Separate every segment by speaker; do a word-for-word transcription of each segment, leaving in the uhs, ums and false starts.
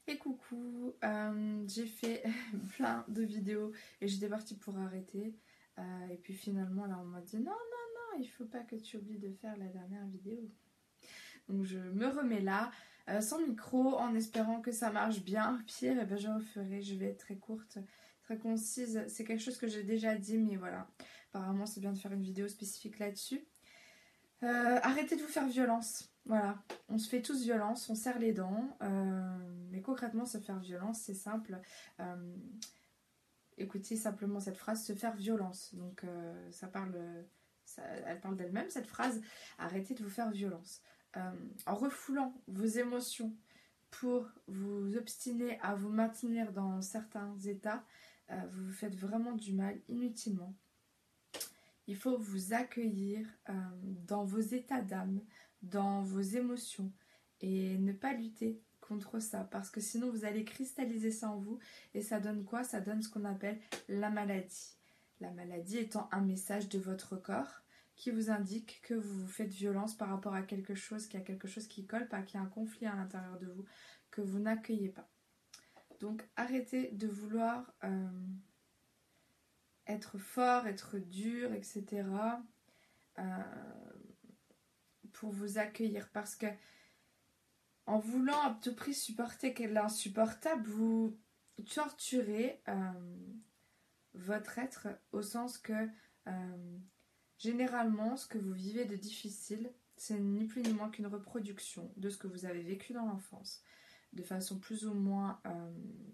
Speaker 1: Et coucou, euh, j'ai fait plein de vidéos et j'étais partie pour arrêter. Euh, et puis finalement, là, on m'a dit non, non, non, il faut pas que tu oublies de faire la dernière vidéo. Donc je me remets là, euh, sans micro, en espérant que ça marche bien. Au pire, et ben, je referai, je vais être très courte, très concise. C'est quelque chose que j'ai déjà dit, mais voilà. Apparemment, c'est bien de faire une vidéo spécifique là-dessus. Euh, arrêtez de vous faire violence. Voilà, on se fait tous violence, on serre les dents, euh, mais concrètement se faire violence c'est simple. Euh, écoutez simplement cette phrase, se faire violence. Donc euh, ça parle, ça, elle parle d'elle-même cette phrase. Arrêtez de vous faire violence. Euh, en refoulant vos émotions pour vous obstiner à vous maintenir dans certains états, euh, vous vous faites vraiment du mal inutilement. Il faut vous accueillir euh, dans vos états d'âme, dans vos émotions et ne pas lutter contre ça parce que sinon vous allez cristalliser ça en vous et ça donne quoi? Ça donne ce qu'on appelle la maladie. La maladie étant un message de votre corps qui vous indique que vous vous faites violence par rapport à quelque chose, qu'il y a quelque chose qui colle pas, qu'il y a un conflit à l'intérieur de vous, que vous n'accueillez pas. Donc arrêtez de vouloir... Euh, être fort, être dur, et cetera. Euh, pour vous accueillir. Parce que en voulant à tout prix supporter l'insupportable, vous torturez euh, votre être au sens que euh, généralement ce que vous vivez de difficile, c'est ni plus ni moins qu'une reproduction de ce que vous avez vécu dans l'enfance. De façon plus ou moins euh,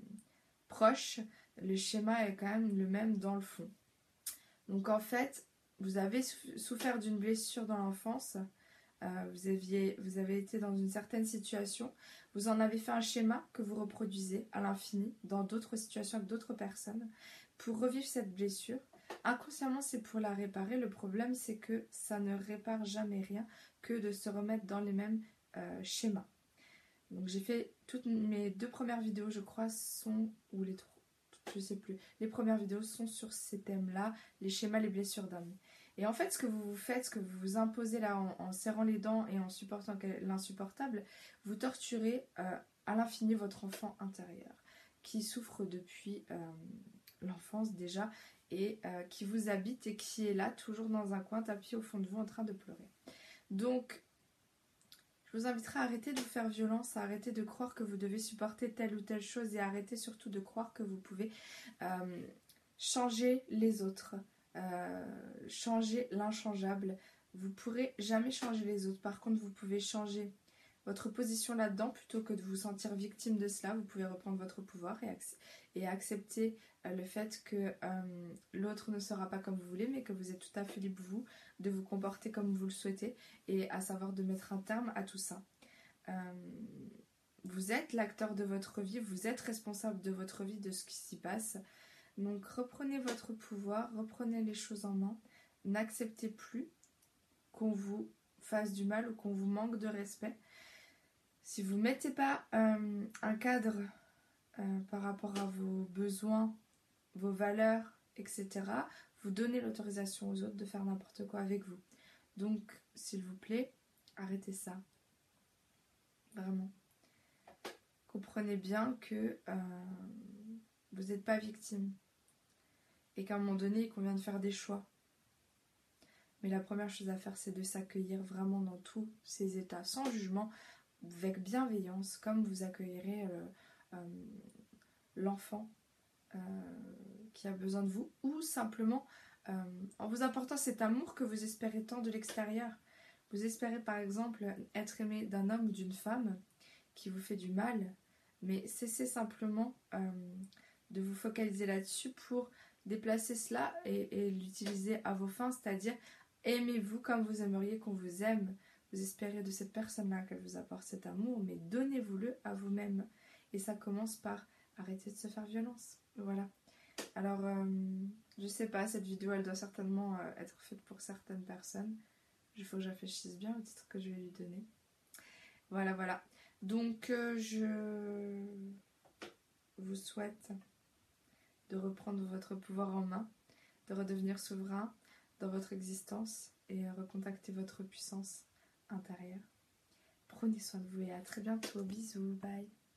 Speaker 1: proche, le schéma est quand même le même dans le fond. Donc en fait, vous avez souffert d'une blessure dans l'enfance, euh, vous, aviez, vous avez été dans une certaine situation, vous en avez fait un schéma que vous reproduisez à l'infini dans d'autres situations avec d'autres personnes pour revivre cette blessure. Inconsciemment, c'est pour la réparer. Le problème, c'est que ça ne répare jamais rien que de se remettre dans les mêmes euh, schémas. Donc j'ai fait toutes mes deux premières vidéos, je crois, sont, ou les trois, je sais plus, les premières vidéos sont sur ces thèmes-là, les schémas, les blessures d'âme. Et en fait, ce que vous vous faites, ce que vous vous imposez là en, en serrant les dents et en supportant l'insupportable, vous torturez euh, à l'infini votre enfant intérieur, qui souffre depuis euh, l'enfance déjà, et euh, qui vous habite et qui est là, toujours dans un coin, tapis au fond de vous, en train de pleurer. Donc, je vous inviterai à arrêter de vous faire violence, à arrêter de croire que vous devez supporter telle ou telle chose et à arrêter surtout de croire que vous pouvez euh, changer les autres, euh, changer l'inchangeable. Vous ne pourrez jamais changer les autres. Par contre, vous pouvez changer votre position là-dedans plutôt que de vous sentir victime de cela. Vous pouvez reprendre votre pouvoir et, ac- et accepter euh, le fait que euh, l'autre ne sera pas comme vous voulez, mais que vous êtes tout à fait libre, vous, de vous comporter comme vous le souhaitez et à savoir de mettre un terme à tout ça. Euh, vous êtes l'acteur de votre vie, vous êtes responsable de votre vie, de ce qui s'y passe. Donc reprenez votre pouvoir, reprenez les choses en main. N'acceptez plus qu'on vous fasse du mal ou qu'on vous manque de respect. Si vous ne mettez pas euh, un cadre euh, par rapport à vos besoins, vos valeurs, et cetera, vous donnez l'autorisation aux autres de faire n'importe quoi avec vous. Donc, s'il vous plaît, arrêtez ça. Vraiment. Comprenez bien que euh, vous n'êtes pas victime. Et qu'à un moment donné, il convient de faire des choix. Mais la première chose à faire, c'est de s'accueillir vraiment dans tous ces états, sans jugement, avec bienveillance, comme vous accueillerez euh, euh, l'enfant euh, qui a besoin de vous, ou simplement euh, en vous apportant cet amour que vous espérez tant de l'extérieur. Vous espérez par exemple être aimé d'un homme ou d'une femme qui vous fait du mal, mais cessez simplement euh, de vous focaliser là-dessus pour déplacer cela et, et l'utiliser à vos fins, c'est-à-dire aimez-vous comme vous aimeriez qu'on vous aime. Vous espérez de cette personne-là qu'elle vous apporte cet amour, mais donnez-vous-le à vous-même. Et ça commence par arrêter de se faire violence. Voilà. Alors, euh, je sais pas, cette vidéo, elle doit certainement euh, être faite pour certaines personnes. Il faut que je réfléchisse bien au titre que je vais lui donner. Voilà, voilà. Donc, euh, je vous souhaite de reprendre votre pouvoir en main, de redevenir souverain dans votre existence et recontacter votre puissance intérieure. Prenez soin de vous et à très bientôt. Bisous, bye.